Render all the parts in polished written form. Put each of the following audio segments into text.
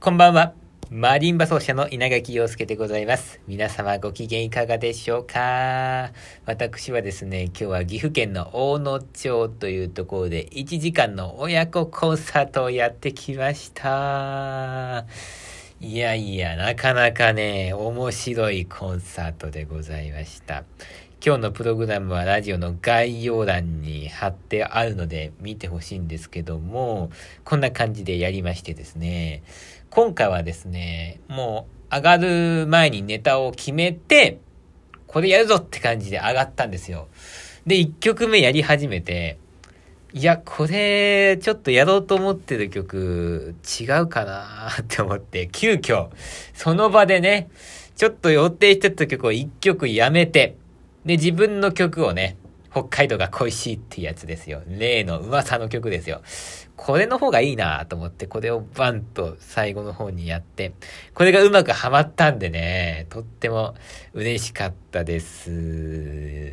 こんばんは。マリンバ奏者の稲垣陽介でございます。皆様ご機嫌いかがでしょうか？私はですね、今日は岐阜県の大野町というところで1時間の親子コンサートをやってきました。いやいや、なかなかね、面白いコンサートでございました。今日のプログラムはラジオの概要欄に貼ってあるので見てほしいんですけども、こんな感じでやりましてですね、今回はですね、もう上がる前にネタを決めて、これやるぞって感じで上がったんですよ。で、1曲目やり始めて、いや、これ、ちょっとやろうと思ってる曲、違うかなって思って、急遽、その場でね、ちょっと予定してた曲を1曲やめて、で、自分の曲をね、北海道が恋しいってやつですよ。例の噂の曲ですよ。これの方がいいなと思って、これをバンと最後の方にやって、これがうまくはまったんでね、とっても嬉しかったです。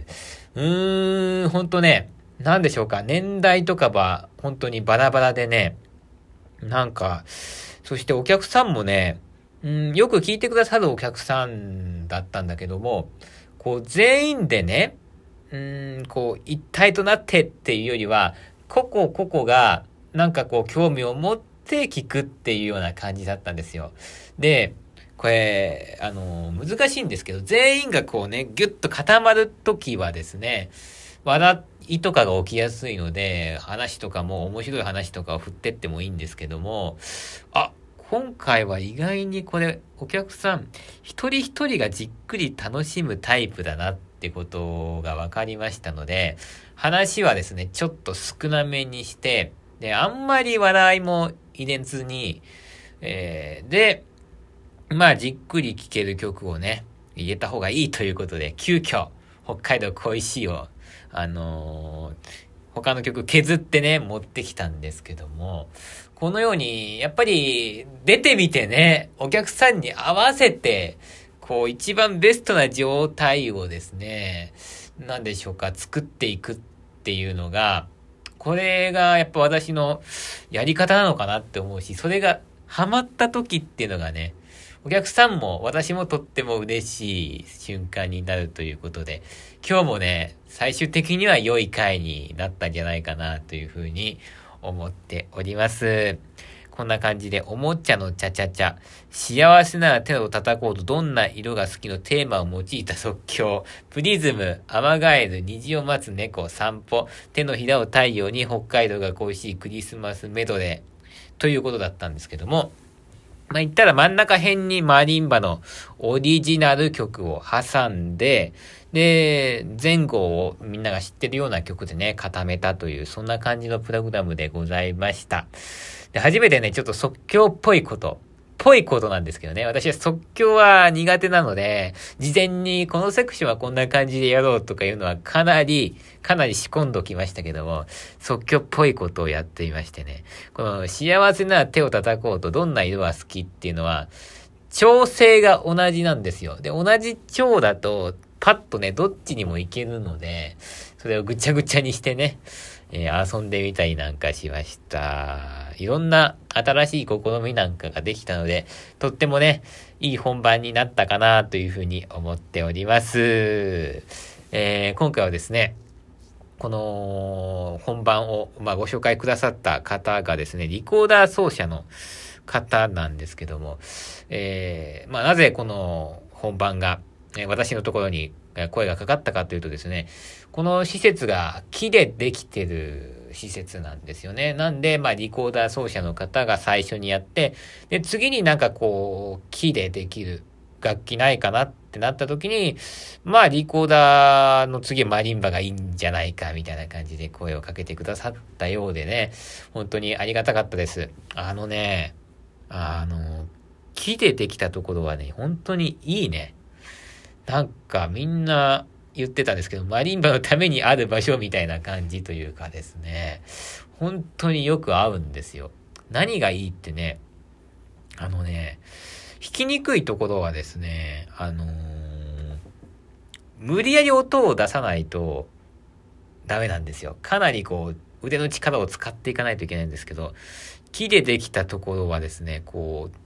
ほんとね、なんでしょうか、年代とかは本当にバラバラでね、なんか、そしてお客さんもね、よく聞いてくださるお客さんだったんだけども、こう全員でね、こう一体となってっていうよりは、個々がなんかこう興味を持って聞くっていうような感じだったんですよ。で、これ、難しいんですけど、全員がこうね、ぎゅっと固まるときはですね、笑いとかが起きやすいので、話とかも面白い話とかを振ってってもいいんですけども、今回は意外にこれ、お客さん、一人一人がじっくり楽しむタイプだなってことが分かりましたので、話はですね、ちょっと少なめにして、で、あんまり笑いも入れずに、で、まあ、じっくり聴ける曲をね、入れた方がいいということで、急遽、北海道恋しいを、他の曲削ってね、持ってきたんですけども、このように、やっぱり出てみてね、お客さんに合わせて、こう一番ベストな状態をですね、なんでしょうか、作っていくっていうのが、これがやっぱ私のやり方なのかなって思うし、それがハマった時っていうのがね、お客さんも私もとっても嬉しい瞬間になるということで、今日もね、最終的には良い回になったんじゃないかなというふうに思っております。こんな感じで、おもちゃのチャチャチャ、幸せなら手を叩こうとどんな色が好きのテーマを用いた即興、プリズム、アマガエル、虹を待つ猫、散歩、手のひらを太陽に北海道が恋しいクリスマスメドレーということだったんですけども、言ったら真ん中辺にマリンバのオリジナル曲を挟んで、で、前後をみんなが知ってるような曲でね、固めたという、そんな感じのプログラムでございました。で、初めてね、ちょっと即興っぽいことなんですけどね、私は即興は苦手なので、事前にこのセクションはこんな感じでやろうとかいうのはかなり仕込んどきましたけども、即興っぽいことをやっていましてね、この幸せな手を叩こうとどんな色が好きっていうのは、調性が同じなんですよ。で、同じ調だと、パッとね、どっちにもいけるので、それをぐちゃぐちゃにしてね、遊んでみたりなんかしました。いろんな新しい試みなんかができたので、とってもね、いい本番になったかなというふうに思っております。今回はですね、この本番を、ご紹介くださった方がですね、リコーダー奏者の方なんですけども、なぜこの本番が、私のところに声がかかったかというとですね、この施設が木でできてる施設なんですよね。なんで、リコーダー奏者の方が最初にやって、で、次になんかこう、木でできる楽器ないかなってなった時に、リコーダーの次はマリンバがいいんじゃないか、みたいな感じで声をかけてくださったようでね、本当にありがたかったです。木でできたところはね、本当にいいね。なんかみんな言ってたんですけど、マリンバのためにある場所みたいな感じというかですね、本当によく合うんですよ。何がいいってね、弾きにくいところはですね、無理やり音を出さないとダメなんですよ。かなりこう、腕の力を使っていかないといけないんですけど、木でできたところはですね、こう、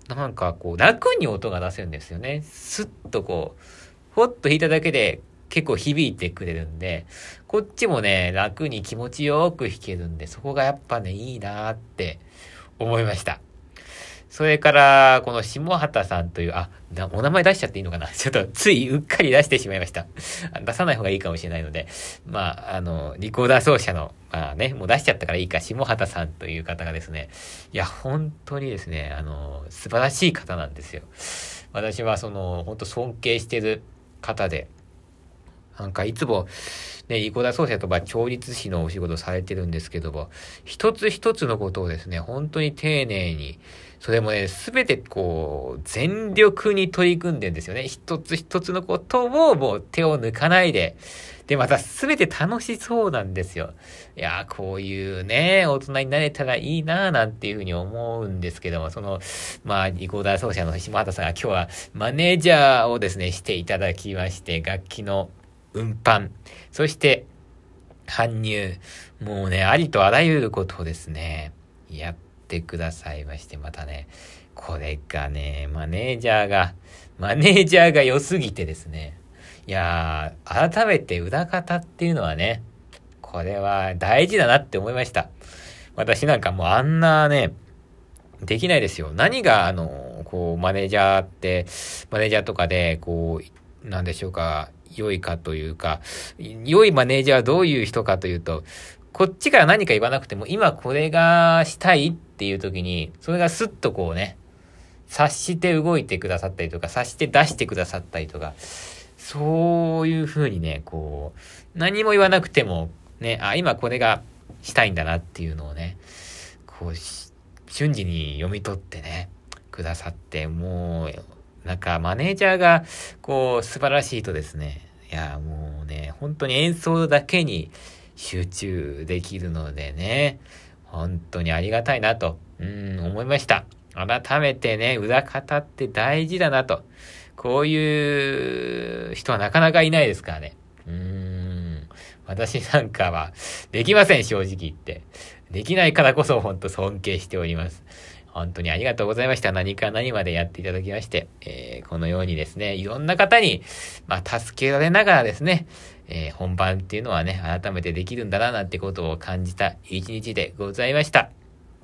なんかこう楽に音が出せるんですよね。スッとこう、ほっと弾いただけで結構響いてくれるんで、こっちもね、楽に気持ちよく弾けるんで、そこがやっぱね、いいなーって思いました。それから、この下畑さんという、お名前出しちゃっていいのかなちょっと、ついうっかり出してしまいました。出さない方がいいかもしれないので、リコーダー奏者の、もう出しちゃったからいいか、下畑さんという方がですね、いや、本当にですね、素晴らしい方なんですよ。私は本当尊敬してる方で、なんかいつも、ね、リコーダー奏者と調律師のお仕事されてるんですけども、一つ一つのことをですね、本当に丁寧に、それもね、すべてこう、全力に取り組んでんですよね。一つ一つのことをもう手を抜かないで。で、またすべて楽しそうなんですよ。いやー、こういうね、大人になれたらいいなーなんていうふうに思うんですけども、リコーダー奏者の島畑さんが今日はマネージャーをですね、していただきまして、楽器の運搬、そして搬入、もうね、ありとあらゆることをですね、やってくださいまして、またね、これがね、マネージャーが良すぎてですね、いやー、改めて裏方っていうのはね、これは大事だなって思いました。私なんかもうあんなね、できないですよ。何がマネージャーとかで、なんでしょうか、良いかというか、良いマネージャーはどういう人かというと、こっちから何か言わなくても、今これがしたいっていう時に、それがスッとこうね、察して動いてくださったりとか、察して出してくださったりとか、そういう風にね、こう、何も言わなくても、ね、今これがしたいんだなっていうのをね、こう、瞬時に読み取ってね、くださって、もう、なんかマネージャーが、こう、素晴らしいとですね、いや、もうね、本当に演奏だけに集中できるのでね、本当にありがたいなと、思いました。改めてね、裏方って大事だなと。こういう人はなかなかいないですからね。私なんかはできません、正直言って。できないからこそ本当尊敬しております。本当にありがとうございました。何か何までやっていただきまして、このようにですね、いろんな方に、助けられながらですね、本番っていうのはね、改めてできるんだな、なんてことを感じた一日でございました。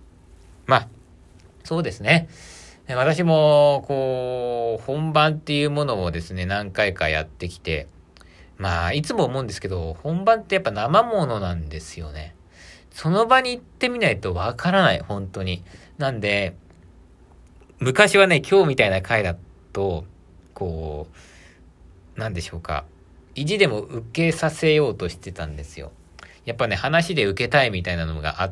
そうですね。私も、本番っていうものをですね、何回かやってきて、いつも思うんですけど、本番ってやっぱ生ものなんですよね。その場に行ってみないとわからない、本当に。なんで、昔はね、今日みたいな回だと、なんでしょうか。意地でも受けさせようとしてたんですよ。やっぱね、話で受けたいみたいなのがあって、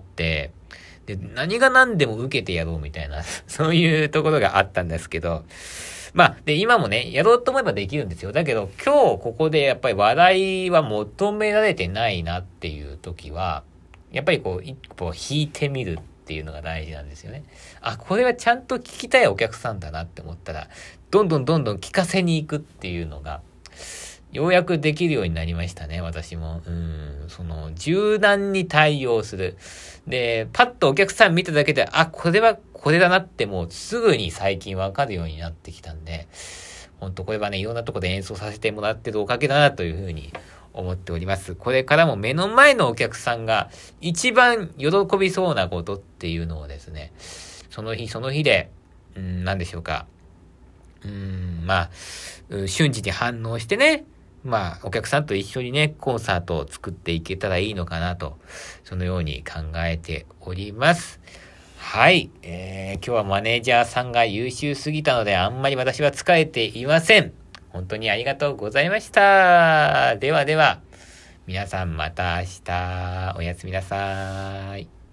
で、何が何でも受けてやろうみたいな、そういうところがあったんですけど、で、今もね、やろうと思えばできるんですよ。だけど、今日ここでやっぱり話題は求められてないなっていう時は、やっぱり一歩引いてみるっていうのが大事なんですよね。これはちゃんと聞きたいお客さんだなって思ったら、どんどん聞かせに行くっていうのが、ようやくできるようになりましたね、私も。柔軟に対応する。で、パッとお客さん見ただけで、これはこれだなってもうすぐに最近わかるようになってきたんで、本当これはね、いろんなところで演奏させてもらってるおかげだなというふうに思っております。これからも目の前のお客さんが一番喜びそうなことっていうのをですね、その日その日で、なんでしょうか。瞬時に反応してね、お客さんと一緒にね、コンサートを作っていけたらいいのかなと、そのように考えております。はい。今日はマネージャーさんが優秀すぎたので、あんまり私は疲れていません。本当にありがとうございました。ではでは、皆さんまた明日、おやすみなさい。